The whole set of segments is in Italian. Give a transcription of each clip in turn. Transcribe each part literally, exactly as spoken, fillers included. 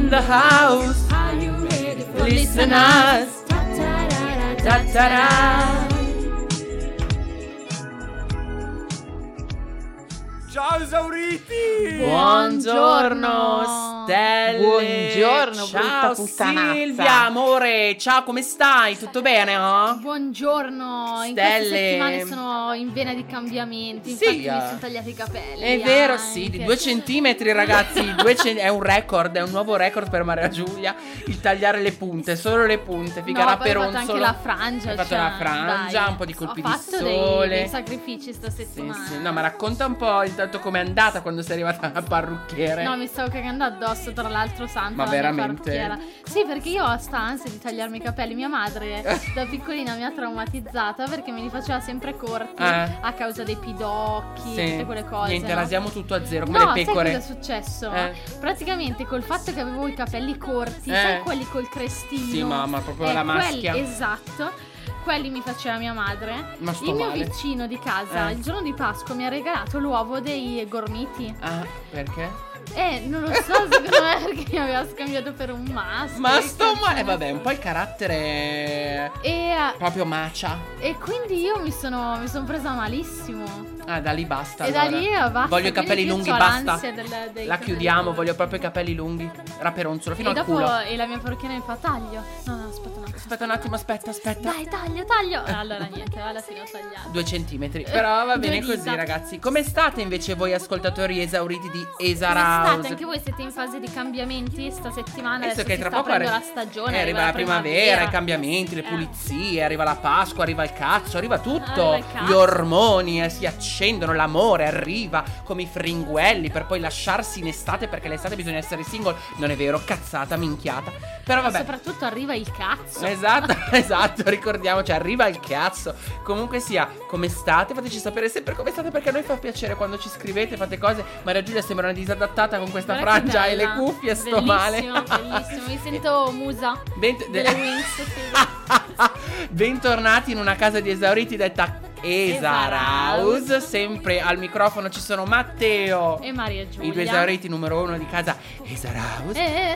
in the house. Are you ready for Listeners. Ta-ta-ra. Ciao esauriti! Buongiorno Stelle. Buongiorno, ciao brutta puttanazza. Silvia, amore, ciao, come stai? Tutto bene, no? Buongiorno, in Stelle. queste settimane sono in vena di cambiamenti, Sì, infatti eh. mi sono tagliati i capelli. È vero, anche. sì, di due centimetri, ragazzi. due cen- è un record, è un nuovo record per Maria Giulia. Il tagliare le punte, solo le punte. Figa No, la poi ho fatto peronzolo. anche la frangia. Hai fatto cioè, la frangia, dai. un po' di colpi Ho di fatto sole. dei, dei sacrifici sta Sì, settimana. sì. No, ma racconta un po' intanto com'è andata quando sei arrivata al parrucchiere. No, mi stavo cagando addosso, tra l'altro, santa. Ma la mia veramente? parrucchiera. Sì, perché io ho sta ansia di tagliarmi i capelli. Mia madre da piccolina mi ha traumatizzata perché me li faceva sempre corti Eh. a causa dei pidocchi, Sì. tutte quelle cose. Niente, no? rasiamo tutto a zero, come No, le sai pecore. cosa è successo? Eh. Praticamente col fatto che avevo i capelli corti, Eh. sai quelli col crestino? Sì, mamma, proprio Eh, la maschia. quelli- esatto. Quelli mi faceva mia madre. Ma sto Il mio male. vicino di casa, Eh. il giorno di Pasqua, mi ha regalato l'uovo dei gormiti. Ah, perché? Eh, non lo so, secondo me perché mi aveva scambiato per un maschio. Ma che sto cazzo male. ne Eh, vabbè, so. un po' il carattere E, eh, proprio macia. e quindi io mi sono, mi sono presa malissimo. Ah, da lì basta. E da allora. lì eh, basta. Voglio i quindi capelli io lunghi, c'ho basta. l'ansia del- dei La capelli chiudiamo, lunghi. voglio proprio i capelli lunghi. Raperonzolo fino E al dopo culo. e la mia parrucchiera mi fa taglio. No, no, aspetta un attimo. Aspetta un attimo, aspetta, aspetta. Dai, taglio, taglio. Allora niente, alla fine ho tagliato. Due centimetri. Però va Due bene dita. così, ragazzi. Come state invece voi ascoltatori esauriti di Esa Come state? House? Anche voi siete in fase di cambiamenti sta settimana? Adesso Adesso che si tra sta poco aprendo arri- la stagione, eh, arriva la primavera, i cambiamenti, le Eh. pulizie, arriva la Pasqua, arriva il cazzo, arriva tutto. Arriva il cazzo. Gli ormoni eh, si accendono, l'amore arriva come i fringuelli per poi lasciarsi in estate perché l'estate bisogna essere single. Non è vero, cazzata, minchiata. Però Ma vabbè. soprattutto arriva il cazzo. Esatto, esatto, ricordiamoci, arriva il cazzo. Comunque sia, come state? Fateci sapere sempre come state perché a noi fa piacere quando ci scrivete, fate cose. Maria Giulia sembra una disadattata con questa Guarda che frangia e le bella. cuffie, sto male. Bellissimo, bellissimo. Mi sento musa Ben- delle Wings. sì. Bentornati in una casa di esauriti detta Esa House. Sempre al microfono ci sono Matteo E Maria Giulia. i due esauriti numero uno di casa Esa House.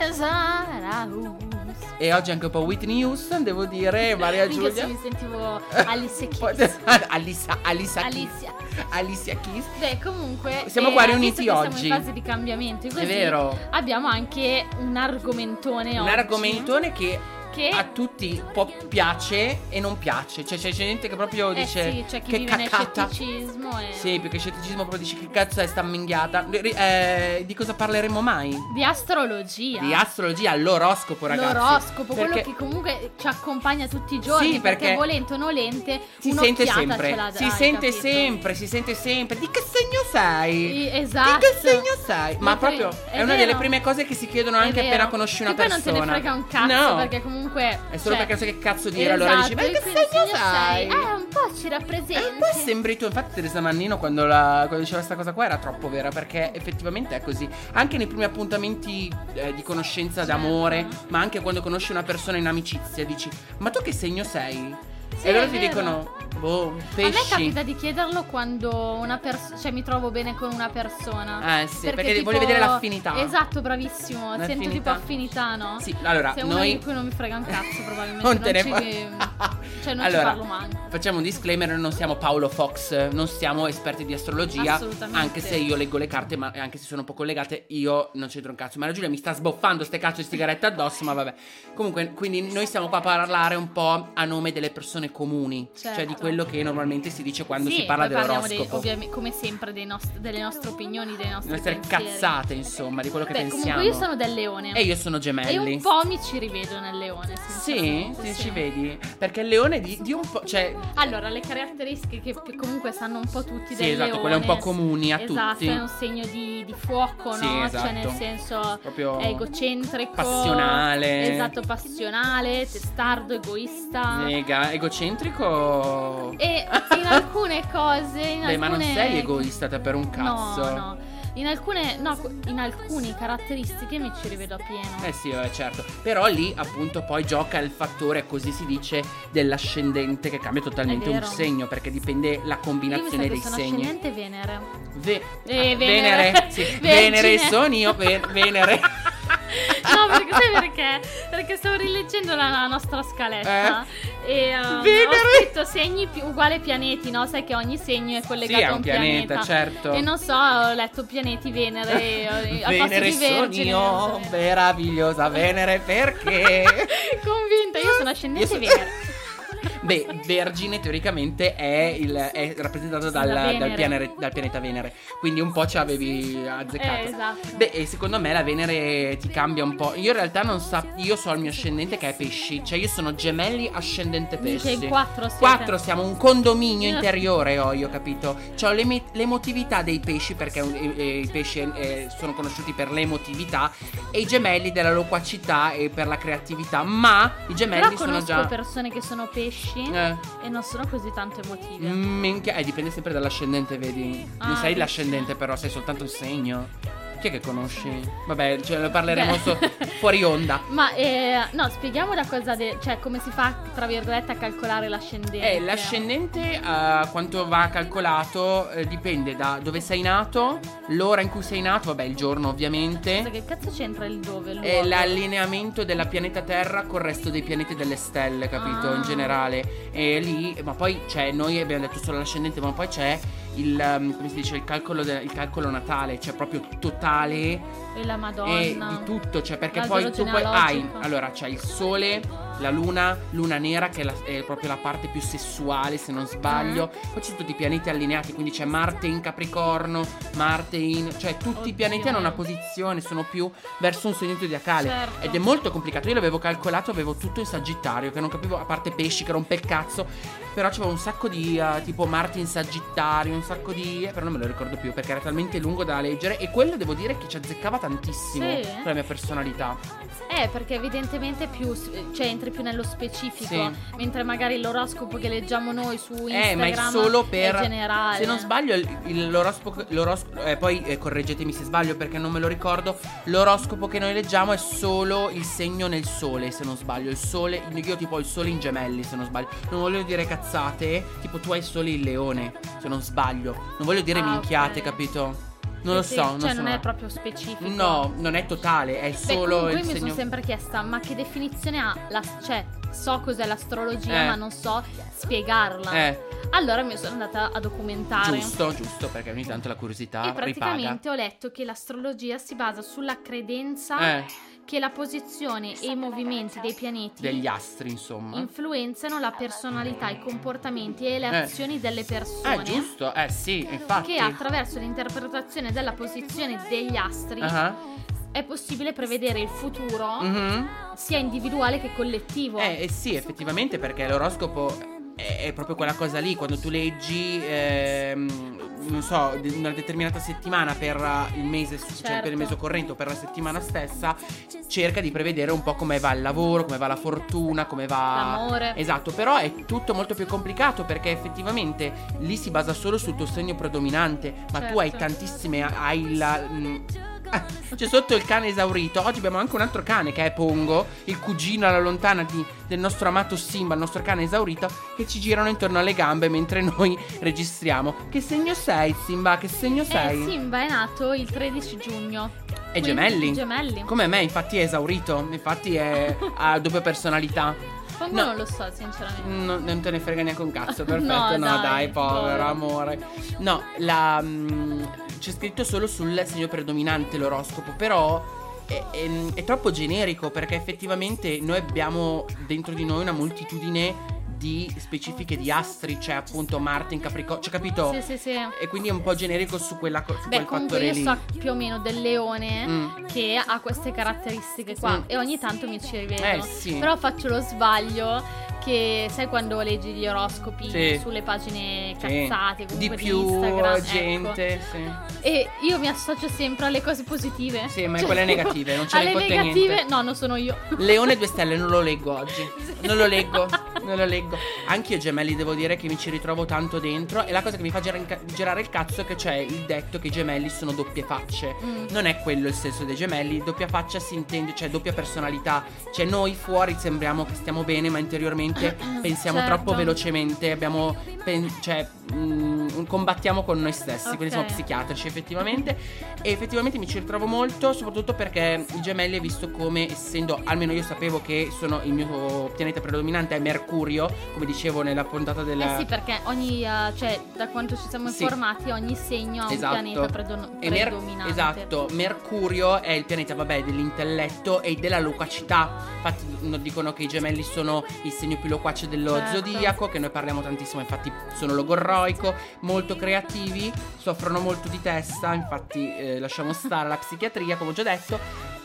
Esaraus. E oggi anche un po' Whitney Houston, devo dire, Maria Minchia, Giulia. sì, mi sentivo Alice Poi- Keys. Alissa, Alissa Keys. Alicia. Alicia Keys. Beh, comunque Siamo eh, qua visto riuniti che oggi. Siamo in fase di cambiamenti, così È vero. abbiamo anche un argomentone Un oggi. argomentone che che a tutti può piace e non piace. Cioè c'è gente che proprio eh dice sì, c'è chi che vive nel cacata. scetticismo e... Sì, perché scetticismo proprio dice che cazzo è sta minghiata. Eh, di cosa parleremo mai? Di astrologia. Di astrologia, l'oroscopo, ragazzi. L'oroscopo, quello Perché che comunque ci accompagna tutti i giorni. Sì, perché volente o nolente si un'occhiata sente ce sempre. la Si dai, sente capito? sempre, si sente sempre. Di che segno sei? Sì, esatto. Di che segno sei? Ma Ma poi- proprio è è, una vero. delle prime cose che si chiedono È anche vero. appena conosci una che poi persona. non te ne frega un cazzo, No. perché comunque È solo cioè, perché non sai che cazzo dire, allora dici, ma esatto, che e quindi segno segno sei? Eh, un po' ci rappresenti. E un po' sembri tu. Infatti Teresa Mannino quando, la, quando diceva questa cosa qua era troppo vera, perché effettivamente è così. Anche nei primi appuntamenti eh, di conoscenza Certo. d'amore, ma anche quando conosci una persona in amicizia, dici, ma tu che segno sei? Sì, e loro è ti vero. dicono, boh, A me pesci. capita di chiederlo quando una persona, cioè mi trovo bene con una persona. Eh sì, perché vuole vedere l'affinità. Esatto, bravissimo. Sento L'affinità. tipo affinità, no? Sì, allora, Sei uno noi di cui non mi frega un cazzo, probabilmente. non te ne ci, fa- Cioè, non allora, ci parlo manco. facciamo un disclaimer, noi non siamo Paolo Fox, non siamo esperti di astrologia. Assolutamente. Anche se io leggo le carte, ma anche se sono un po' collegate, io non c'entro un cazzo. Ma la Giulia mi sta sboffando ste cazzo di sigarette addosso, ma vabbè. Comunque, quindi noi stiamo qua a parlare un po' a nome delle persone comuni. Certo. Cioè di quello che normalmente si dice quando Sì, si parla poi parliamo dell'oroscopo. dei- ovviamente, come sempre, dei nost- delle nostre opinioni, dei nostri Le nostre pensieri. cazzate, insomma, di quello che Beh, pensiamo. comunque io sono del leone. E io sono E gemelli. un po' mi ci rivedo nel leone, Sì, sinceramente, ti sì. ci vedi? Perché il leone di, di un po', cioè Allora, le caratteristiche che, che comunque sanno un po' tutti Sì, del esatto, leone. quelle un po' comuni a esatto, tutti. è un segno di, di fuoco, Sì, no? esatto. Cioè, nel senso, Proprio è egocentrico, passionale. Esatto, passionale, testardo, egoista. mega egocentrico. E in alcune cose, in Beh, ma non alcune- sei egoista te per un cazzo. No, no. In alcune, no, in alcune caratteristiche mi ci rivedo appieno. Eh sì, vabbè, certo. Però lì appunto poi gioca il fattore, così si dice, dell'ascendente che cambia totalmente È un vero. segno, perché dipende la Io mi sa combinazione che dei sono segni. ascendente Venere. Ve- Eh, ah, Venere. Sì. Vergine. Venere sono io, Ve- Venere. No, No, perché sai perché? Perché stavo rileggendo la, la nostra scaletta Eh? e um, ho Venere! scritto segni pi- uguale pianeti, no? Sai che ogni segno è collegato Sì, è a un un pianeta, certo. E non so, ho letto pianeti Venere e, e, al posto Venere di Vergine. sono non so. meravigliosa Venere perché Convinta, io sono ascendente Io so- Venere. Beh, Vergine teoricamente è, il, è rappresentato dal, Da Venere. dal, pianere- dal pianeta Venere. Quindi un po' ci avevi azzeccato. Eh, esatto. Beh, e secondo me la Venere ti cambia un po'. Io in realtà non so. Io so il mio ascendente che è pesci. Cioè io sono gemelli ascendente Minchia, pesci. in quattro siete. Quattro, siamo un condominio interiore, ho io capito. C'ho l'eme- l'emotività dei pesci perché un- eh, eh, i pesci eh, sono conosciuti per l'emotività e i gemelli della loquacità e per la creatività. Ma i gemelli Però sono conosco già persone che sono pesci eh. e non sono così tanto emotive. Minchia, eh, dipende sempre dall'ascendente, vedi? Ah, non sei dici. l'ascendente, però sei soltanto il segno. Chi è che conosci? Vabbè, ce ne parleremo Beh. so- fuori onda. Ma eh, no, spieghiamo da cosa de- cioè come si fa tra virgolette a calcolare l'ascendente. Eh, l'ascendente, eh, quanto va calcolato, eh, dipende da dove sei nato, l'ora in cui sei nato, vabbè, il giorno ovviamente. Scusa, che cazzo c'entra il dove? Il È luogo? l'allineamento della pianeta Terra col resto dei pianeti e delle stelle, capito? Ah. In generale. E lì, ma poi c'è, noi abbiamo detto solo l'ascendente, ma poi c'è il, um, come si dice, il calcolo, de- il calcolo natale, cioè proprio totale E la Madonna. e di tutto, cioè perché L'albero poi tu poi hai, genealogico. allora c'è il sole, la luna, luna nera che è, la- è proprio la parte più sessuale se non sbaglio, Mm. poi ci sono tutti i pianeti allineati, quindi c'è Marte in Capricorno, Marte in, cioè tutti Oddio. i pianeti hanno una posizione, sono più verso un segno zodiacale Certo. ed è molto complicato. Io l'avevo calcolato, avevo tutto in Sagittario che non capivo, a parte pesci che rompe il cazzo, però c'avevo un sacco di uh, tipo Marte in Sagittario, un sacco di eh, però non me lo ricordo più perché era talmente lungo da leggere e quello devo dire che ci azzeccava tantissimo Sì? con la mia personalità. Eh, perché evidentemente più cioè entri più nello specifico, Sì. mentre magari l'oroscopo che leggiamo noi su Instagram Eh, ma è solo per è generale. Se non sbaglio, il, il- l'oroscopo, l'oroscopo eh, poi eh, correggetemi se sbaglio perché non me lo ricordo. L'oroscopo che noi leggiamo è solo il segno nel sole, se non sbaglio. Il sole, io tipo ho il sole in gemelli, se non sbaglio. Non voglio dire cazzate, tipo tu hai il sole in leone, se non sbaglio. Non voglio dire Ah, minchiate, ok. capito? Non lo Sì, so, sì, non cioè so. non è proprio specifico. No, non è totale, è Beh, solo comunque il io mi segno. sono sempre chiesta, ma che definizione ha la, cioè so cos'è l'astrologia, Eh. ma non so spiegarla. Eh, Allora mi sono andata a documentare. giusto, giusto, perché ogni tanto la curiosità E ripaga. praticamente ho letto che l'astrologia si basa sulla credenza Eh, che la posizione e i movimenti dei pianeti degli astri, insomma. influenzano la personalità, i comportamenti e le Eh. azioni delle persone. Eh, giusto, eh sì, infatti. Che attraverso l'interpretazione della posizione degli astri Ah, è possibile prevedere il futuro mhm. sia individuale che collettivo. Eh, eh sì, effettivamente, perché l'oroscopo è, è proprio quella cosa lì. Quando tu leggi, ehm, non so, de- una determinata settimana per uh, il mese, cioè Certo. per il mese corrente o per la settimana stessa, cerca di prevedere un po' come va il lavoro, come va la fortuna, come va L'amore. Esatto, però è tutto molto più complicato perché effettivamente lì si basa solo sul tuo segno predominante, ma tu Certo. hai tantissime, hai la... mh, c'è sotto il cane esaurito. Oggi abbiamo anche un altro cane che è Pongo, il cugino alla lontana di- del nostro amato Simba, il nostro cane esaurito, che ci girano intorno alle gambe mentre noi registriamo. Che segno sei, Simba? Che segno sei? Eh, Simba è nato il tredici giugno. È Quindi- gemelli? Gemelli. Come me, infatti è esaurito. Infatti è, ha doppia personalità. Pongo No. non lo so, sinceramente. No, non te ne frega neanche un cazzo, perfetto. No, No, dai, dai, povero povero. amore. No, la, mm, c'è scritto solo sul segno predominante l'oroscopo, però è, è- è troppo generico perché effettivamente noi abbiamo dentro di noi una moltitudine di specifiche di astri, cioè appunto Marte in Capricorno, cioè capito? Sì, sì, sì. E quindi è un po' generico su, quella, co- su Beh, quel comunque fattore io lì. so più o meno del leone Mm. che ha queste caratteristiche qua Mm. e ogni tanto mi ci rivedo. Eh, sì. Però faccio lo sbaglio che sai quando leggi gli oroscopi Sì. sulle pagine Sì. cazzate Di comunque più Instagram, ecco. gente, sì. E io mi associo sempre alle cose positive. Sì, ma quelle negative, non ce ne alle fotte negative, niente. no, non sono io. Leone due stelle non lo leggo oggi. Non lo leggo, non lo leggo. Anche io gemelli devo dire che mi ci ritrovo tanto dentro. E la cosa che mi fa gira- girare il cazzo è che c'è il detto che i gemelli sono doppie facce. Mm. Non è quello il senso dei gemelli. Doppia faccia si intende, cioè doppia personalità. Cioè noi fuori sembriamo che stiamo bene, ma interiormente pensiamo Certo. troppo velocemente. Abbiamo pen- cioè mm, combattiamo con noi stessi, Ok. quindi siamo psichiatrici effettivamente. E effettivamente mi ci ritrovo molto, soprattutto perché i gemelli è visto come, essendo, almeno io sapevo che sono il mio pianeta predominante è Mercurio, come dicevo nella puntata della... Eh sì, perché ogni, eh, cioè, da quanto ci siamo Sì. informati, ogni segno ha Esatto. un pianeta predon- E Mer- predominante. esatto, Mercurio è il pianeta, vabbè, dell'intelletto e della loquacità. Infatti no, dicono che i gemelli sono il segno più loquace dello Certo. zodiaco, che noi parliamo tantissimo, infatti sono logorroico, molto creativi, soffrono molto di testa, infatti eh, lasciamo stare la psichiatria, come ho già detto.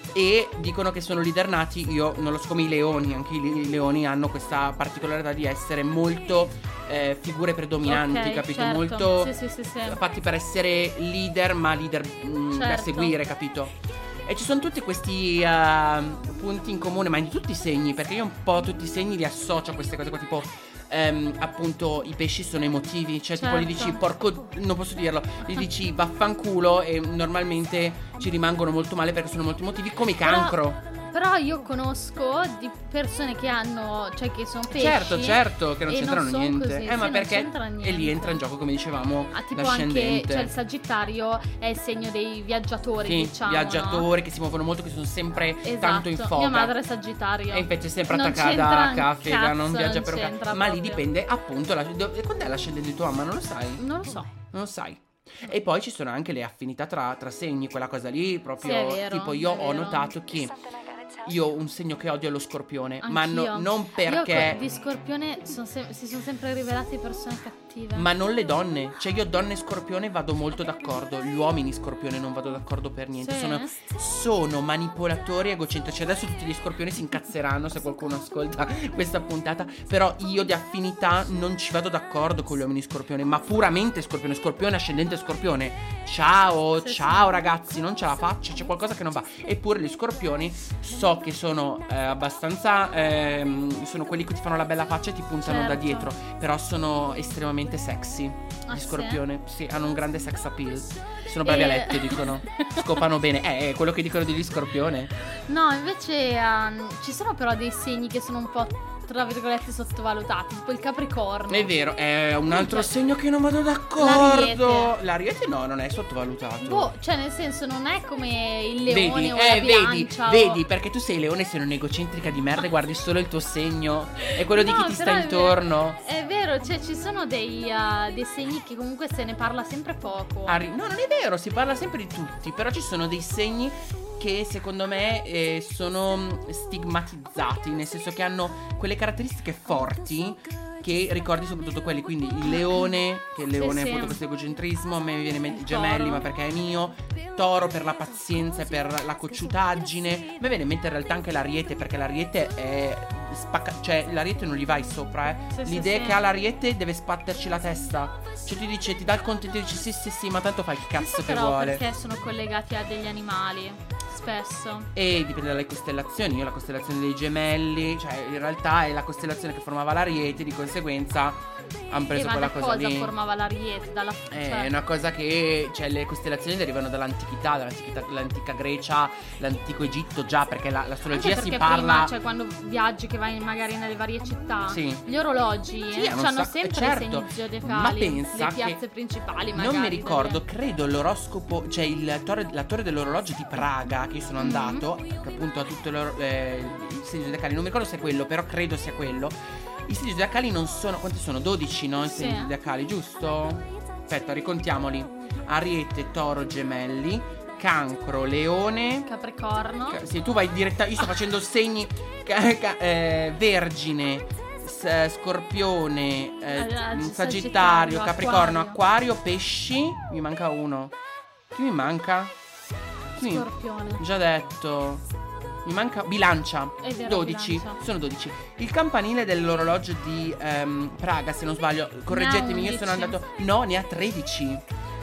E dicono che sono leader nati, io non lo so, come i leoni, anche i, i leoni hanno questa particolarità di essere molto eh, figure predominanti, Ok, capito? certo. Molto Sì, sì, sì, sì. fatti per essere leader, ma leader mm, da Certo. seguire, capito? E ci sono tutti questi eh, punti in comune, ma in tutti i segni, perché io un po' tutti i segni li associo a queste cose qua, tipo ehm, appunto i pesci sono emotivi, cioè tipo gli Certo. dici porco, non posso dirlo, gli dici vaffanculo e normalmente ci rimangono molto male perché sono molto emotivi, come i Però- cancro. Però io conosco di persone che hanno, cioè che sono pesci. Certo, certo, che non e c'entrano sono niente. così, eh, sì, ma non perché c'entra e lì niente. entra in gioco, come dicevamo, Ah, tipo anche, l'ascendente. cioè il Sagittario è il segno dei viaggiatori, Sì, diciamo, viaggiatori che si muovono molto, che sono sempre no? tanto in Esatto. foga. Mia madre è Sagittario. E invece è sempre Non attaccata c'entra a un caffega, non cazzo, viaggia non per un c'entra cazzo. Ma lì proprio. dipende appunto la, dove- quando è l'ascendente di tua mamma, non lo sai? Non lo so. Non lo sai. E poi ci sono anche le affinità tra, tra segni, quella cosa lì proprio. Sì, è vero, tipo io è ho vero. notato che io ho un segno che odio è lo scorpione, ma no- Anch'io. non perché... Io co- di Scorpione son sem- si sono sempre rivelate persone cattive. Ma non le donne, cioè io donne scorpione vado molto d'accordo, gli uomini scorpione non vado d'accordo per niente, Sì? sono, sono manipolatori egocentrici. Adesso tutti gli scorpioni si incazzeranno se qualcuno ascolta questa puntata, però io di affinità non ci vado d'accordo con gli uomini scorpione, ma puramente scorpione, scorpione ascendente scorpione. Ciao, Sì, ciao sì. ragazzi, non ce la faccio, c'è qualcosa che non va. Eppure gli scorpioni so che sono eh, abbastanza ehm, sono quelli che ti fanno la bella faccia e ti puntano da Certo. dietro, però sono estremamente sexy. Ah, Gli sì? scorpione, sì, hanno un grande sex appeal. Sono bravi a E- letto, dicono. Scopano bene. Eh, è quello che dicono degli scorpione. No, invece ehm, ci sono però dei segni che sono un po' tra virgolette sottovalutati, tipo il Capricorno. È vero, è un altro Cioè, segno che non vado d'accordo. l'Ariete. L'Ariete no, non è sottovalutato. Boh, cioè nel senso non è come il leone Vedi, o eh, la vedi, bilancia o- vedi, perché tu sei leone, sei un'egocentrica di merda e guardi solo il tuo segno e quello di No, chi ti sta però è vero- intorno. È vero, cioè ci sono dei, uh, dei segni che comunque se ne parla sempre poco. Arri- no, non è vero, si parla sempre di tutti, però ci sono dei segni che secondo me eh, sono mh, stigmatizzati, nel senso che hanno quelle caratteristiche forti che ricordi soprattutto quelli, quindi il leone, che il leone Sì, è sì. appunto questo egocentrismo, a me mi viene in mente i Il gemelli, toro. ma perché è mio, toro per la pazienza e per la cocciutaggine, a me viene in mente in realtà anche l'ariete, perché l'ariete è spacca, cioè l'ariete non gli vai sopra, eh. Sì, sì, L'idea sì. che ha l'ariete deve sbatterci la testa, cioè ti dice, ti dà il contento e dici sì sì sì, ma tanto fai il cazzo che Però vuole. perché sono collegati a degli animali, spesso. E dipende dalle costellazioni. Io la costellazione dei gemelli, cioè in realtà è la costellazione che formava l'Ariete, di conseguenza hanno E preso ma quella da cosa cosa lì. formava l'ariete? Dalla, Eh, cioè, È una cosa che, cioè, le costellazioni derivano dall'antichità, dall'antichità, dall'antica Grecia, l'antico Egitto, già, perché la- anche l'astrologia perché si parla. prima, cioè quando viaggi che vai magari nelle varie città, Sì. gli orologi Sì, eh, hanno un hanno sacco- sempre certo. i segni zodiacali, Ma pensa le piazze che principali magari. Non mi ricordo, delle- credo l'oroscopo, cioè il torre- la torre dell'orologio di Praga, che io sono Mhm. andato, che appunto ha tutto l'or- eh, i segni zodiacali, non mi ricordo se è quello, però credo sia quello. I segni zodiacali non sono, quanti sono? dodici, no? I segni Sì. zodiacali, giusto? Aspetta, ricontiamoli. Ariete, Toro, Gemelli, Cancro, Leone. Capricorno. Ca- Sì, tu vai diretta. Io sto facendo segni. ca- ca- eh, Vergine, s- Scorpione, eh, Allora, Sagittario, Sagittario, Capricorno, Acquario. Acquario, Pesci. Mi manca uno. Chi mi manca? Chi mi- Scorpione. Già detto. Mi manca Bilancia. È vero, dodici. Bilancia. Sono dodici. Il campanile dell'orologio di ehm, Praga, se non sbaglio, correggetemi, io sono undici. andato. No, ne ha tredici.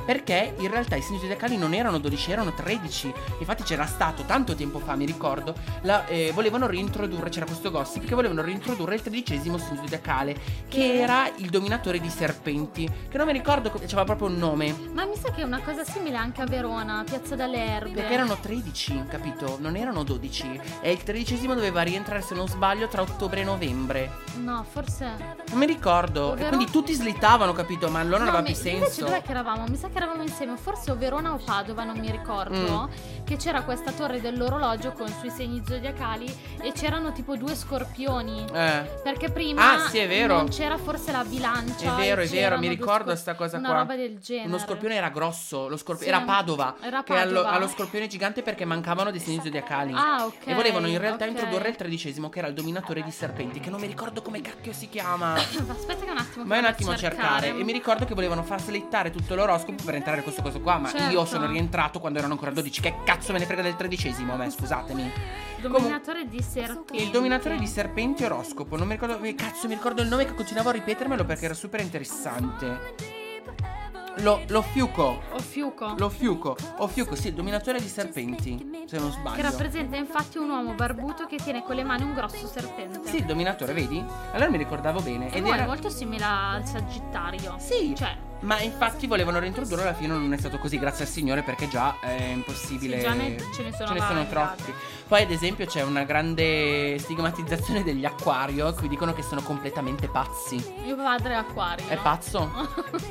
perché in realtà i segni zodiacali non erano dodici, erano tredici. Infatti c'era stato tanto tempo fa, mi ricordo, la, eh, volevano reintrodurre, c'era questo gossip che volevano reintrodurre il tredicesimo segno zodiacale, che era il dominatore di serpenti, che non mi ricordo, c'aveva proprio un nome. Ma mi sa che è una cosa simile anche a Verona, Piazza dalle Erbe. Perché erano tredici, capito? Non erano dodici. E il tredicesimo doveva rientrare, se non sbaglio, tra ottobre e novembre. No, forse. Non mi ricordo. Ovvero... E quindi tutti slittavano, capito? Ma allora no, non aveva mi... più senso. Invece dov'è che eravamo? Mi sa che eravamo insieme, forse o Verona o Padova, non mi ricordo. Mm. Che c'era questa torre dell'orologio con sui segni zodiacali e c'erano tipo due scorpioni. Eh. Perché prima ah, sì, è vero. non c'era forse la bilancia. È vero, è vero, mi ricordo scor- sta cosa una qua. Una roba del genere. Uno scorpione era grosso, lo scorp- sì. era Padova. Era che Padova. ha lo scorpione gigante perché mancavano dei segni zodiacali. Ah, ok. E volevano in realtà okay. introdurre il tredicesimo, che era il dominatore di serpenti, che non mi ricordo come cacchio si chiama. Aspetta che un attimo. Vai un attimo a cercare. cercare. E mi ricordo che volevano far slittare tutto l'oroscopo per entrare in questo coso qua. Ma certo. io sono rientrato quando erano ancora dodici. Che cazzo me ne frega del tredicesimo? A me, scusatemi. Dominatore Com- di serpenti. Il dominatore di serpenti oroscopo. Non mi ricordo. Cazzo, mi ricordo il nome, che continuavo a ripetermelo perché era super interessante. Lo, lo fiuco. O fiuco. Lo fiuco. O fiuco, sì, il dominatore di serpenti, se non sbaglio. Che rappresenta infatti un uomo barbuto che tiene con le mani un grosso serpente. Sì, il dominatore, vedi? Allora mi ricordavo bene. Ed era molto simile al Sagittario. Sì. Cioè. Ma infatti volevano reintrodurre, alla fine non è stato così, grazie al Signore, perché già è impossibile. Sì, già ne, ce ne sono, ce ne sono troppi. Poi ad esempio c'è una grande stigmatizzazione degli acquario, qui dicono che sono completamente pazzi. Mio padre è acquario. È pazzo?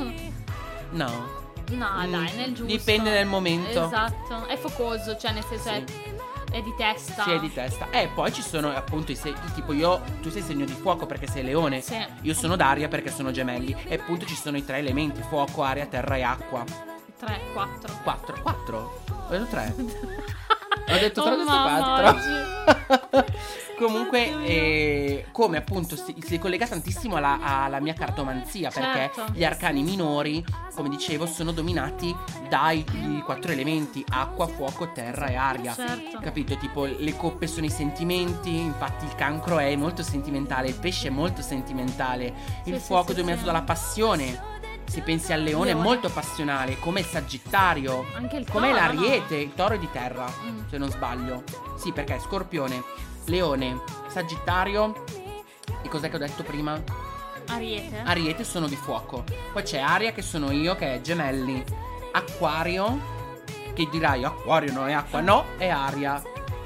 No. No, Mm, dai, nel giusto. dipende dal momento. Esatto. È focoso, cioè nel senso Sì. è, è di testa. Sì, è di testa. E poi ci sono appunto i segni, tipo io, tu sei segno di fuoco perché sei leone. Sì. Io sono d'aria perché sono gemelli. E appunto ci sono i tre elementi: fuoco, aria, terra e acqua. Tre, quattro. Quattro. Quattro? Ho detto tre. Ho detto Oh, tre, ho detto mamma, quattro. Comunque, eh, come appunto si, si collega tantissimo alla, alla mia cartomanzia, perché Certo. gli arcani minori, come dicevo, sono dominati dai i quattro elementi: acqua, fuoco, terra e aria. Certo. Capito? Tipo le coppe sono i sentimenti, infatti il cancro è molto sentimentale, il pesce è molto sentimentale, il Sì, sì, fuoco sì, è dominato sì. dalla passione. Se pensi al leone, Leone. è molto passionale, come il Sagittario, Anche il come toro, l'Ariete, il toro è di terra, Mm. se non sbaglio. Sì, perché Scorpione, Leone, Sagittario e cos'è che ho detto prima? no? Ariete. Ariete sono di fuoco. Poi c'è Aria, che sono io, che è Gemelli. Acquario, che dirai Acquario non è acqua, no, è aria.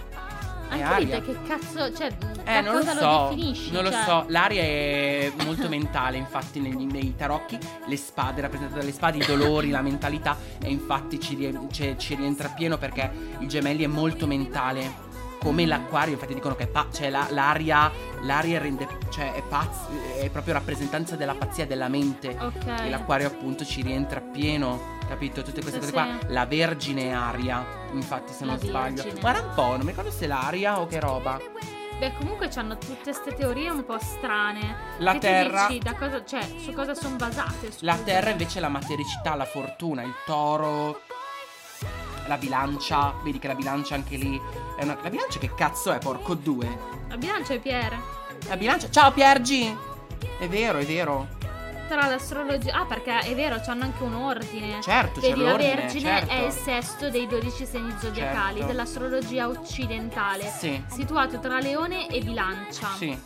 È Anche aria. dite che cazzo, cioè, Eh, da non lo cosa so, definisci? non lo Cioè, so, l'aria è molto mentale, infatti negli, nei tarocchi le spade, rappresentate dalle spade, i dolori, la mentalità, e infatti ci, rie- cioè, ci rientra pieno perché il Gemelli è molto mentale, come l'acquario, infatti dicono che è pa- cioè la- l'aria, l'aria rende, cioè è pazzo, è proprio rappresentanza della pazzia della mente, Ok. e l'acquario appunto ci rientra pieno. Capito? Tutte queste Sì, cose sì. qua. La Vergine è aria, infatti, se La non sbaglio. Vergine. Guarda un po', non mi ricordo se è l'aria o che roba. Beh, comunque hanno tutte queste teorie un po' strane. La Che tu terra- dici, da cosa, cioè, su cosa sono basate? La scusa? terra invece è la matericità, la fortuna, il toro, la bilancia. Vedi che la bilancia anche lì è una... La bilancia che cazzo è, porco due? La bilancia è Pierre. La bilancia... Ciao Piergi! È vero, è vero. Tra l'astrologia. Ah, perché è vero, c'hanno anche un ordine. Certo, c'è Vedi, la l'ordine, Vergine certo. è il sesto dei dodici segni zodiacali Certo. dell'astrologia occidentale, Sì, situato tra Leone e Bilancia. sì.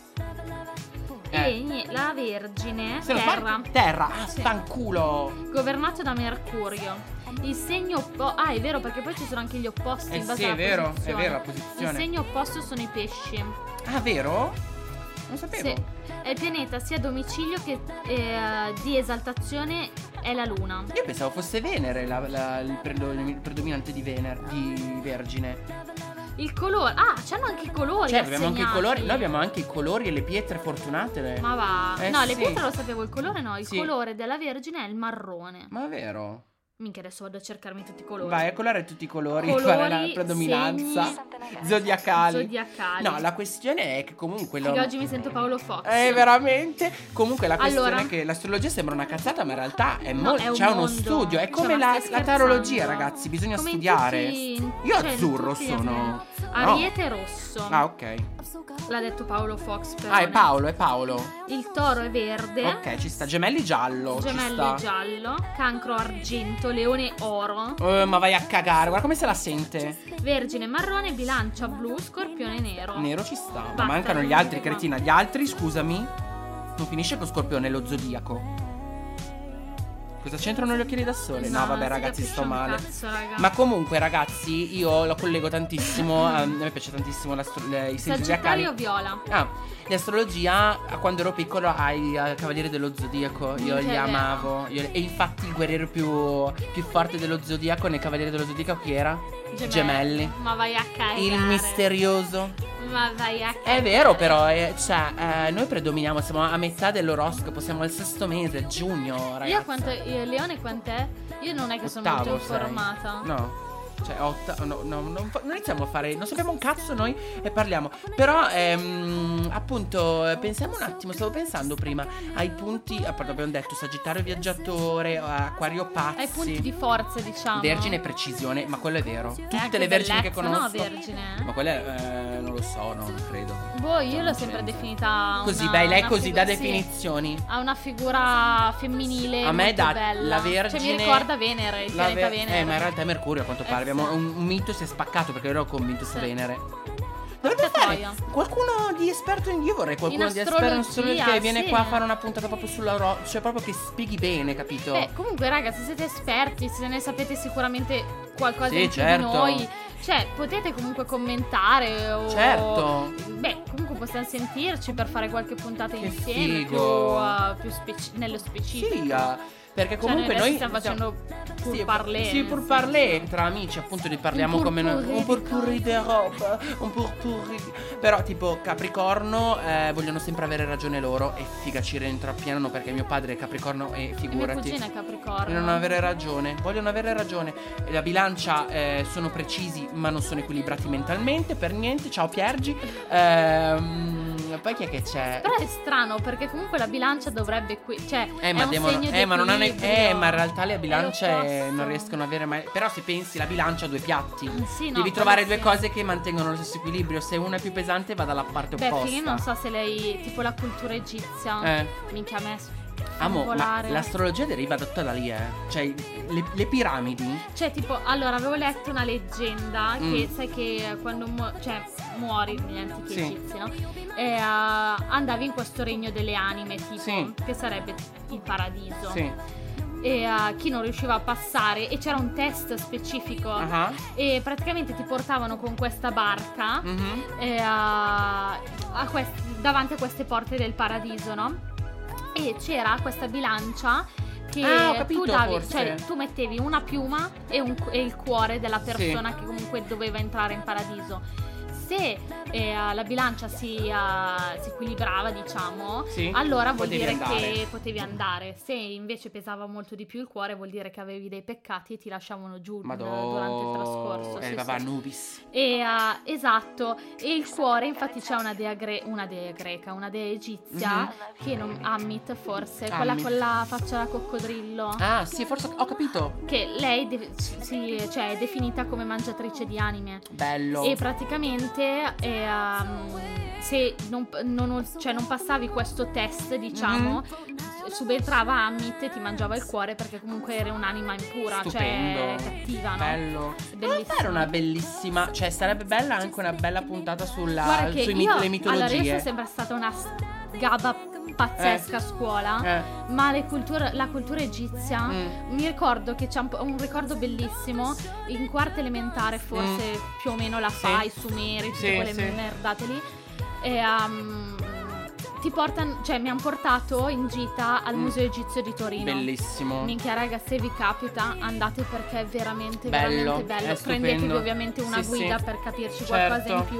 E Eh. nie- la Vergine, Se non terra, sbaglio- Terra, ah, Sì. fanculo. governato da Mercurio. Il segno opposto. Ah, è vero, perché poi ci sono anche gli opposti Eh in base sì, è alla vero, è posizione. vero la Il posizione. segno opposto sono i pesci. Ah, vero? Non sapevo. Sì. È il pianeta sia domicilio che eh, di esaltazione è la Luna. Io pensavo fosse Venere la- la- il, predo- il predominante di Venere, di Vergine. Il colore. Ah, c'hanno anche i colori. Cioè, abbiamo anche i assegnati. colori. Noi abbiamo anche i colori e le pietre fortunate. Ma va. Eh, no, le sì. pietre lo sapevo, il colore no. Il Sì. colore della Vergine è il marrone. Ma è vero? Minchia, adesso vado a cercarmi tutti i colori. Vai a colorare tutti i colori, Colori, qual è la predominanza segni zodiacali. zodiacali. No, la questione è che comunque lo... Figa, oggi mi sento Paolo Fox. Eh, veramente? Comunque la questione Allora. è che l'astrologia sembra una cazzata, ma in realtà è No, molto. è un c'è uno mondo. studio. È Cioè, come ma la, stai la tarologia, scherzando? ragazzi. Bisogna Come in studiare. tutti- Io cioè, in azzurro tutti gli sono. Ariete rosso. Ah, ok. L'ha detto Paolo Fox però. Ah, è Paolo, è Paolo. Il toro è verde. Ok, ci sta. Gemelli giallo. ci Gemelli sta. giallo. Cancro argento. Leone oro. Eh, ma vai a cagare, guarda come se la sente. Vergine marrone. Bilancia blu. Scorpione nero. Nero ci sta. Ma Basta, mancano gli non altri, prima. cretina. Gli altri, scusami. Non finisce con Scorpione lo zodiaco. Cosa c'entrano gli occhiali da sole? No, non vabbè, si ragazzi, capisce sto un male. cazzo, raga. Ma comunque, ragazzi, io lo collego tantissimo. A me piace tantissimo l'astro- le- i segni zodiacali. Sagittario viola. Ah, l'astrologia, quando ero piccolo, ai ai Cavalieri dello Zodiaco. Io Che li bello. amavo. Io- e infatti, il guerriero più, più forte dello Zodiaco nei Cavalieri dello Zodiaco chi era? Gemelli. Ma vai a cagare. Il misterioso. Ma vai a cagare. È vero, però, eh, cioè, eh, noi predominiamo, siamo a metà dell'oroscopo, siamo al sesto mese, giugno, ragazzi. Io quanto io, Leone quant'è? Io non è che sono Ottavo, molto sei. informata. No. Cioè, otta- no, no, non, fa- non iniziamo a fare. Non sappiamo un cazzo noi e parliamo. Però, ehm, appunto, eh, pensiamo un attimo. Stavo pensando prima ai punti. Appunto, abbiamo detto Sagittario viaggiatore, Acquario pazzi. Ai punti di forza, diciamo. Vergine e precisione, ma quello è vero. È Tutte anche le vergini che bellezza, conosco. No, vergine. eh? Ma quelle, eh, non lo so, non credo. Boh, io Non l'ho sempre c'entra. definita Così, una- beh, lei una così figu- da sì, definizioni. ha una figura femminile A me molto dà bella. la Cioè Vergine. mi ricorda Venere, il la pianeta Ve- Venere. Eh, ma in realtà è Mercurio a quanto Eh, pare. Abbiamo sì. un, un mito si è spaccato perché io ero convinto su Sì. Venere. Dovrebbe Porca fare troia. qualcuno di esperto in io vorrei qualcuno In di esperto in astrologia, astrologia che viene sì. qua a fare una puntata proprio sulla ro- cioè proprio che spieghi bene, capito? Beh, comunque, raga, se siete esperti, se ne sapete sicuramente qualcosa Sì, in più certo. di noi, cioè, potete comunque commentare o... Certo. Beh, comunque possiamo sentirci per fare qualche puntata Che insieme più, figo. uh, più speci- nello specifico. Figa. Perché Cioè, comunque noi, noi adesso stiamo facendo pur sì, parler. Sì, pur parler tra amici, appunto, ne parliamo Un come una- potpourri un di potpourri di roba, un potpourri di- Però tipo Capricorno eh, vogliono sempre avere ragione loro e figa ci rientra appieno perché mio padre è Capricorno e E mia figurati. cugina è Capricorno. Di non avere ragione, vogliono avere ragione. E la bilancia eh, sono precisi ma non sono equilibrati mentalmente per niente. Ciao Piergi. Ehm, poi chi è che c'è? Però è strano perché comunque la bilancia dovrebbe qui, cioè Eh è ma un devono segno Eh ma non hanno d'equilibrio. Eh ma in realtà le È bilance l'opposto. non riescono a avere mai. Però se pensi la bilancia ha due piatti. Sì, no, Devi trovare quello due sì. cose che mantengono lo stesso equilibrio. Se una è più pesante va dalla parte Beh, opposta. io non so se lei, tipo la cultura egizia, Eh. minchia a me s- Amo, ma volare. l'astrologia deriva tutta da lì, eh. Cioè le, le piramidi. Cioè, tipo, allora avevo letto una leggenda Mm. che sai che quando mu- cioè, muori negli antichi Sì. egizi, no? E eh, andavi in questo regno delle anime, tipo, Sì. che sarebbe il paradiso. Sì. E eh, chi non riusciva a passare, e c'era un test specifico. Ah. E praticamente ti portavano con questa barca Mhm. eh, a, a quest- davanti a queste porte del paradiso, no? E c'era questa bilancia che Ah, ho capito, tu davi, forse. cioè tu mettevi una piuma e, un- e il cuore della persona che comunque doveva entrare in paradiso. Se eh, la bilancia si, eh, si equilibrava, diciamo, Sì, allora vuol potevi dire andare. che potevi andare. Se invece pesava molto di più il cuore, vuol dire che avevi dei peccati e ti lasciavano giù eh, Madò. durante il trascorso. Eh, Sì, va, va, sì. Nubis. E, eh, esatto, e il cuore, infatti c'è una dea, gre- una dea greca, una dea egizia, che non, Ammit forse, quella Ammit. con la faccia da coccodrillo, Ah, sì, forse ho capito. che lei de- si- cioè, è definita come mangiatrice di anime. Bello. E praticamente eh, um, se non, non- cioè, non passavi questo test, diciamo, Mhm. subentrava Ammit e ti mangiava il cuore perché comunque eri un'anima impura, Stupendo. cioè cattiva, no? Bello. Bellissimo. Non fare una bellissima, cioè sarebbe bella anche una bella puntata sulla Guarda che sui io, mit- le allora io mitologie. sono sempre stata una gabba pazzesca Eh. a scuola, Eh. ma le culture- la cultura egizia, Mm. mi ricordo che c'è un, po- un ricordo bellissimo, in quarta elementare forse più o meno la Sì. fai, Sumeri, tutte Sì, quelle sì. merdate lì, e um, ti portano, cioè mi hanno portato in gita al Mm. Museo Egizio di Torino. Bellissimo. Minchia raga, se vi capita andate perché è veramente Bello, veramente bello. è Prendetevi stupendo. ovviamente una Sì, guida sì. per capirci Certo. qualcosa in più.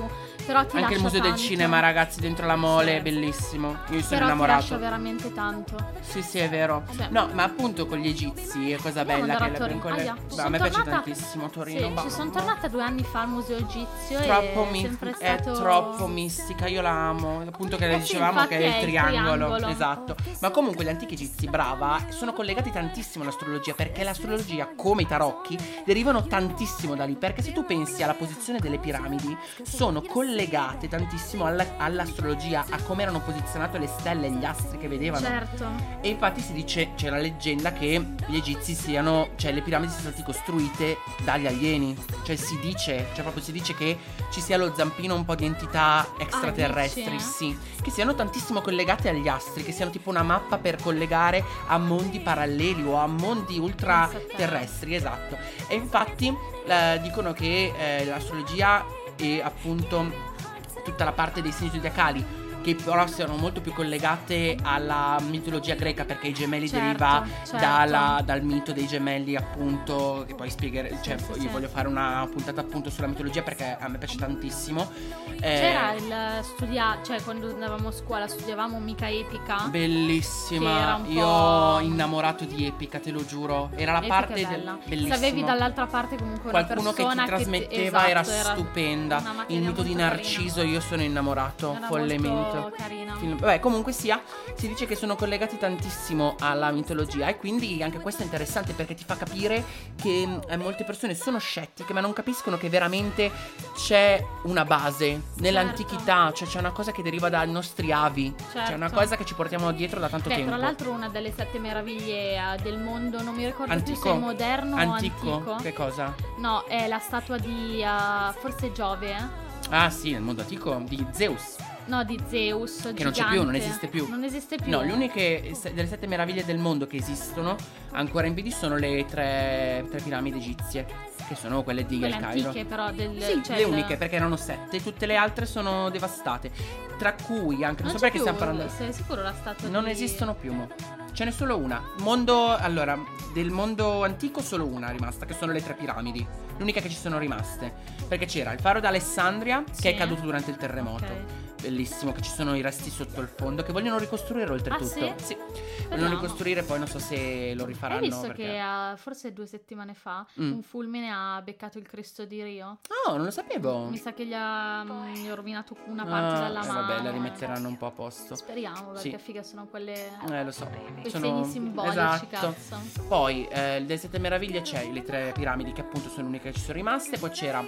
Però ti Anche il lascia museo del tanto. cinema, ragazzi, dentro la mole, Sì. bellissimo. Io sono Però innamorato. ti lascia veramente tanto. Sì, sì, è vero. Sì. No, ma appunto con gli egizi è cosa Dobbiamo bella che andare a l'abbiamo con Torino. le... Ah, ci Beh, a sono me piace tornata- tantissimo Torino. Sì, ma- ci sono tornata due anni fa al museo egizio Troppo e mi- è sempre è stato troppo mistica, io la amo. Appunto che le Eh sì, dicevamo infatti che è è il il triangolo. triangolo. Esatto. Ma comunque gli antichi egizi, brava, sono collegati tantissimo all'astrologia, perché l'astrologia, come i tarocchi, derivano tantissimo da lì. Perché se tu pensi alla posizione delle piramidi, sono collegate tantissimo alla- all'astrologia, a come erano posizionate le stelle e gli astri che vedevano. certo. E infatti si dice, c'è la leggenda che gli egizi siano, cioè le piramidi siano state costruite dagli alieni. Cioè si dice, cioè proprio si dice che ci sia lo zampino un po' di entità extraterrestri, Ah, dici? sì, che siano tantissimo collegate agli astri, che siano tipo una mappa per collegare a mondi paralleli o a mondi ultraterrestri, esatto. E infatti eh, dicono che eh, l'astrologia e appunto tutta la parte dei segni zodiacali, che però sono molto più collegate alla mitologia greca, perché i gemelli Certo, deriva certo. dalla- dal mito dei gemelli, appunto, che poi spiegherò, cioè Sì, sì, io sì. voglio fare una puntata appunto sulla mitologia perché a me piace tantissimo. Eh, C'era il studia, cioè quando andavamo a scuola studiavamo mica epica. bellissima, Che era un io po'- innamorato di Epica, te lo giuro, era la Epica parte è del bella. bellissimo. Se avevi dall'altra parte comunque una qualcuno che persona ti trasmetteva esatto, era, era stupenda. una materia Il mito di molto Narciso, io sono innamorato Era follemente. molto carina. Film- Vabbè, comunque sia, si dice che sono collegati tantissimo alla mitologia, e quindi anche questo è interessante perché ti fa capire che eh, molte persone sono scettiche, ma non capiscono che veramente c'è una base nell'antichità, cioè c'è una cosa che deriva dai nostri avi, c'è Certo. una cosa che ci portiamo dietro da tanto Beh, tempo. tra l'altro una delle sette meraviglie eh, del mondo, non mi ricordo più Antico? se è moderno Antico? o antico. Che cosa? No, è la statua di eh, forse Giove, eh? Ah sì, nel mondo antico di Zeus. No, di Zeus, Che non c'è più, non esiste più. Non esiste più. No, le uniche se- delle sette meraviglie del mondo che esistono ancora in piedi sono le tre, tre piramidi egizie, che sono quelle di Quelle El Cairo. antiche però del Sì, cioè le il- uniche, perché erano sette, tutte le altre sono devastate. Tra cui anche, non, Non so c'è perché più, stiamo parlando. sei sicuro la statua Non di... esistono più, mo. Ce n'è solo una. Mondo, allora, del mondo antico solo una è rimasta, che sono le tre piramidi. L'unica che ci sono rimaste. Perché c'era il faro d'Alessandria, Sì. che è caduto durante il terremoto. Ok. Bellissimo, che ci sono i resti sotto il fondo, che vogliono ricostruire oltretutto. Ah, sì? Vogliono Vediamo. ricostruire, poi non so se lo Hai rifaranno. visto perché... che eh, forse due settimane fa Mm. un fulmine ha beccato il Cristo di Rio? Oh, non lo sapevo. Mi sa che gli ha, mm, gli ha rovinato una parte Ah, della eh, mano. vabbè, la rimetteranno un po' a posto. Speriamo, perché Sì. figa sono quelle... Eh, lo so. quei Sono... segni simbolici, esatto. cazzo. Poi, eh, delle sette meraviglie c'è le tre piramidi, che appunto sono le uniche che ci sono rimaste. Poi c'era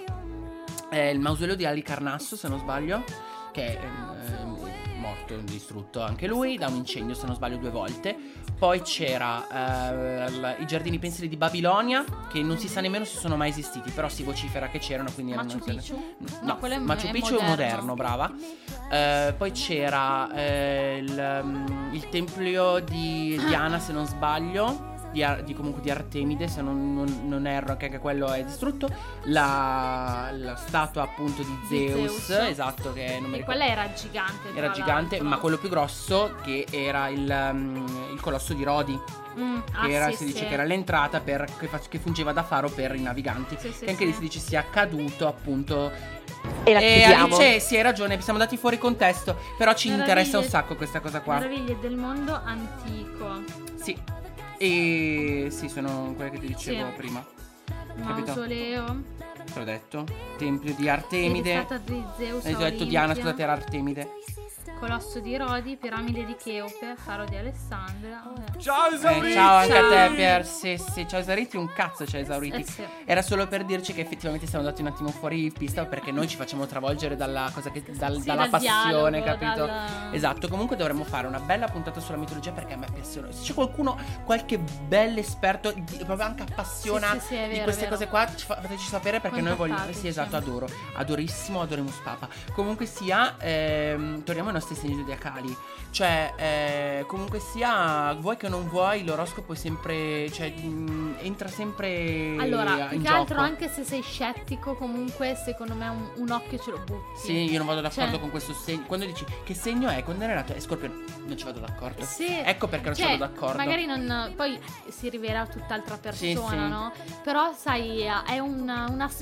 eh, il mausoleo di Alicarnasso, se non sbaglio, che è ehm, morto, distrutto anche lui da un incendio, se non sbaglio, due volte. Poi c'era eh, l- i giardini pensili di Babilonia, che non si sa nemmeno se sono mai esistiti, però si vocifera che c'erano, quindi erano- Machu Picchu? No, quello è, Machu è Picchu è moderno. moderno, brava. Eh, poi c'era eh, il, um, il tempio di Diana, se non sbaglio, di, Ar- di comunque di Artemide, se non, non- non erro, che anche quello è distrutto. La, la statua appunto di Di Zeus, Zeus. esatto, che non mi E ricordo. quella era gigante. Era tra gigante, l'altro. ma quello più grosso che era il, um, il colosso di Rodi, Mm, che ah, era, sì, si dice sì. che era l'entrata per, che, fa- che fungeva da faro per i naviganti. Sì, sì, che anche sì. lì si dice sia caduto appunto. E la E chiudiamo. Alice, sì, hai ragione, siamo andati fuori contesto, però ci Meraviglie- interessa un sacco questa cosa qua. Meraviglie del mondo antico. Sì. E sì, sono quelle che ti dicevo Sì. prima. Capito? Mausoleo. Te l'ho detto. Tempio di Ed Artemide. è stata di Zeus Hai a detto Diana, Olimpia. scusate, era Artemide. Colosso di Rodi, piramide di Cheope, faro di Alessandria. Vabbè. Ciao Eh, Esauriti! ciao anche a te, Ciao. Pier. Sì, sì, ciao esauriti, un cazzo c'è esauriti. Eh sì. Era solo per dirci che effettivamente siamo andati un attimo fuori pista, perché noi ci facciamo travolgere dalla cosa che dal- Sì, dalla dal passione, dialogo, capito? dal- Esatto, comunque dovremmo fare una bella puntata sulla mitologia, perché a me appassiona. Se c'è qualcuno, qualche bell'esperto, di- proprio anche appassiona Sì, sì, sì, è di vero, queste è vero. cose qua, ci fa- fateci sapere, perché noi vogliamo. Contattateci. Sì, esatto, adoro. Adorissimo, adorimus papa. Comunque sia, ehm, torniamo ai nostri segni zodiacali. Cioè, eh, comunque sia, vuoi che non vuoi, l'oroscopo è sempre, cioè, mh, entra sempre Allora, più in che gioco. altro, anche se sei scettico, comunque secondo me un, un occhio ce lo butti. Sì, io non vado d'accordo Cioè- con questo segno. Quando dici che segno è, quando è nato è Scorpione, non ci vado d'accordo. Sì. Ecco perché non Cioè, ci vado d'accordo. Magari non. Poi si rivela tutt'altra persona, Sì, sì. no? Però sai, è un, un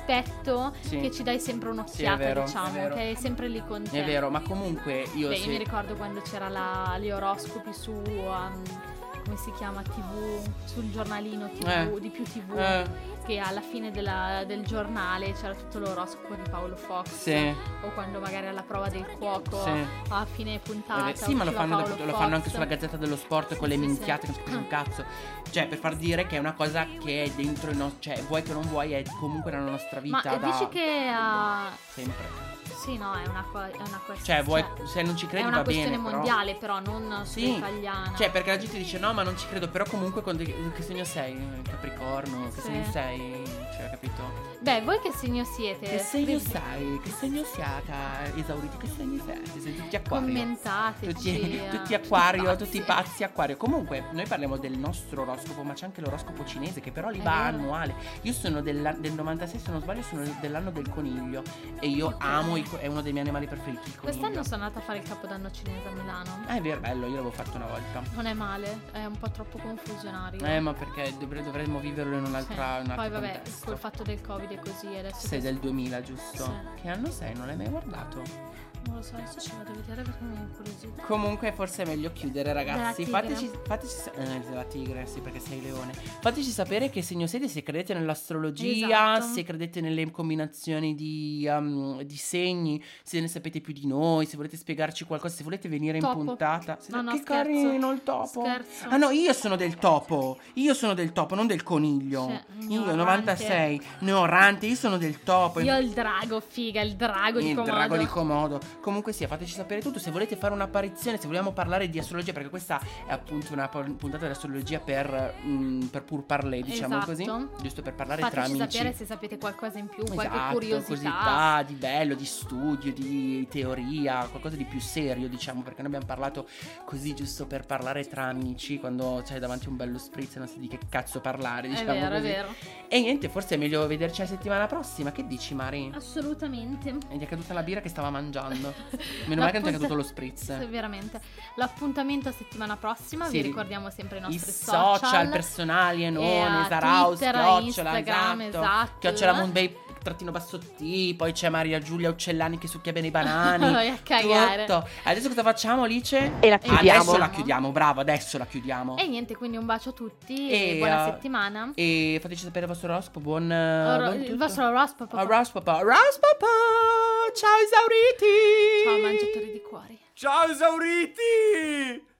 aspetto Sì. che ci dai sempre un'occhiata, Sì, è vero, diciamo, è vero. che è sempre lì con te. È vero, ma comunque io Beh, se- io mi ricordo quando c'era la, gli oroscopi su um, come si chiama, tivù, sul giornalino tivù, Eh. di più tivù, Eh. che alla fine della- del giornale c'era tutto l'oroscopo di Paolo Fox, Sì. o quando magari alla prova del cuoco, Sì. a fine puntata Eh, sì, ma lo usciva fanno, Paolo lo Fox. fanno anche sulla Gazzetta dello Sport con le Sì, sì, minchiate sì. che non si capisce un cazzo. Cioè, per far dire che è una cosa che è dentro il nostro. Cioè, vuoi che non vuoi, è comunque nella nostra Ma vita. eh, da dici che uh, sempre. sì, no, è una, co- è una questione. Cioè, vuoi, se non ci credi è una va questione bene. però- mondiale, però, non solo Sì. italiana. Cioè, perché la gente dice no, ma non ci credo. Però comunque quando- che segno sei? Capricorno, che Sì. segno sei? Cioè, capito? Beh, voi che segno siete? Che segno Scrivi- sei? Che segno siate? Esauriti, che segno siete? Siete tutti acquario. Commentateci. Tutti, eh, tutti acquario, pazzi. tutti pazzi acquario. Comunque, noi parliamo del nostro oroscopo, ma c'è anche l'oroscopo cinese che però li È va vero. annuale. Io sono della- del novantasei, se non sbaglio, sono dell'anno del coniglio. E io Ok. amo, i co- è uno dei miei animali preferiti. Il coniglio. Quest'anno sono andata a fare il capodanno cinese a Milano. Ah, è vero, bello, io l'avevo fatto una volta. Non è male, è un po' troppo confusionario. Eh, ma perché dovre- dovremmo viverlo in Sì. un'altra. in un Poi altro vabbè, contesto. col fatto del Covid e così adesso Sei che- del duemila, giusto? Sì. Che anno sei? Non l'hai mai guardato? Non lo so, adesso ci vado a vedere perché mi è incuriosito. Comunque forse è meglio chiudere, ragazzi. Della tigre. Fateci, fateci sa- eh, della tigre, sì, perché sei leone. Fateci sapere che segno siete, se credete nell'astrologia, Esatto. se credete nelle combinazioni di, um, di segni, se ne sapete più di noi, se volete spiegarci qualcosa, se volete venire Topo. in puntata. Se- No, no, che scherzo. carino il topo. Scherzo. Ah no, io sono del topo. Io sono del topo, non del coniglio. Sì, io ignorante. novantasei, ignorante, io sono del topo. Io ho il drago, figa, il drago di Il Komodo. drago di Komodo. Comunque sia, fateci sapere tutto. Se volete fare un'apparizione, se vogliamo parlare di astrologia, perché questa è appunto una po- puntata di astrologia per, mm, per pur parler, diciamo Esatto. così. Giusto per parlare Fateci tra amici. sapere se sapete qualcosa in più, qualche Esatto, curiosità. curiosità di bello, di studio, di teoria, qualcosa di più serio, diciamo, perché noi abbiamo parlato così giusto per parlare tra amici, quando c'hai davanti un bello spritz e non si di che cazzo parlare, È diciamo vero, è così. vero. E niente, forse è meglio vederci la settimana prossima. Che dici, Mari? Assolutamente. E gli è caduta la birra che stava mangiando. Meno male che non ti è caduto lo spritz. Sì, veramente. L'appuntamento a settimana prossima, Sì, vi ricordiamo sempre i I nostri social, social, personali, e Enone, a Saraus, Twitter, Chiocciola, Instagram, esatto. esatto. Chiocciola Moonbay trattino basso T, poi c'è Maria Giulia Uccellani che succhia bene i banani. Vai a cagare. Tutto. Adesso cosa facciamo, Alice? E la chiudiamo. Adesso la chiudiamo, bravo, adesso la chiudiamo. E niente, quindi un bacio a tutti E, e buona uh, settimana. E fateci sapere il vostro oroscopo, buon, Oro- buon il tutto. vostro oroscopo. Oroscopo, oroscopo. Ciao esauriti. Ciao mangiatori di cuori. Ciao esauriti!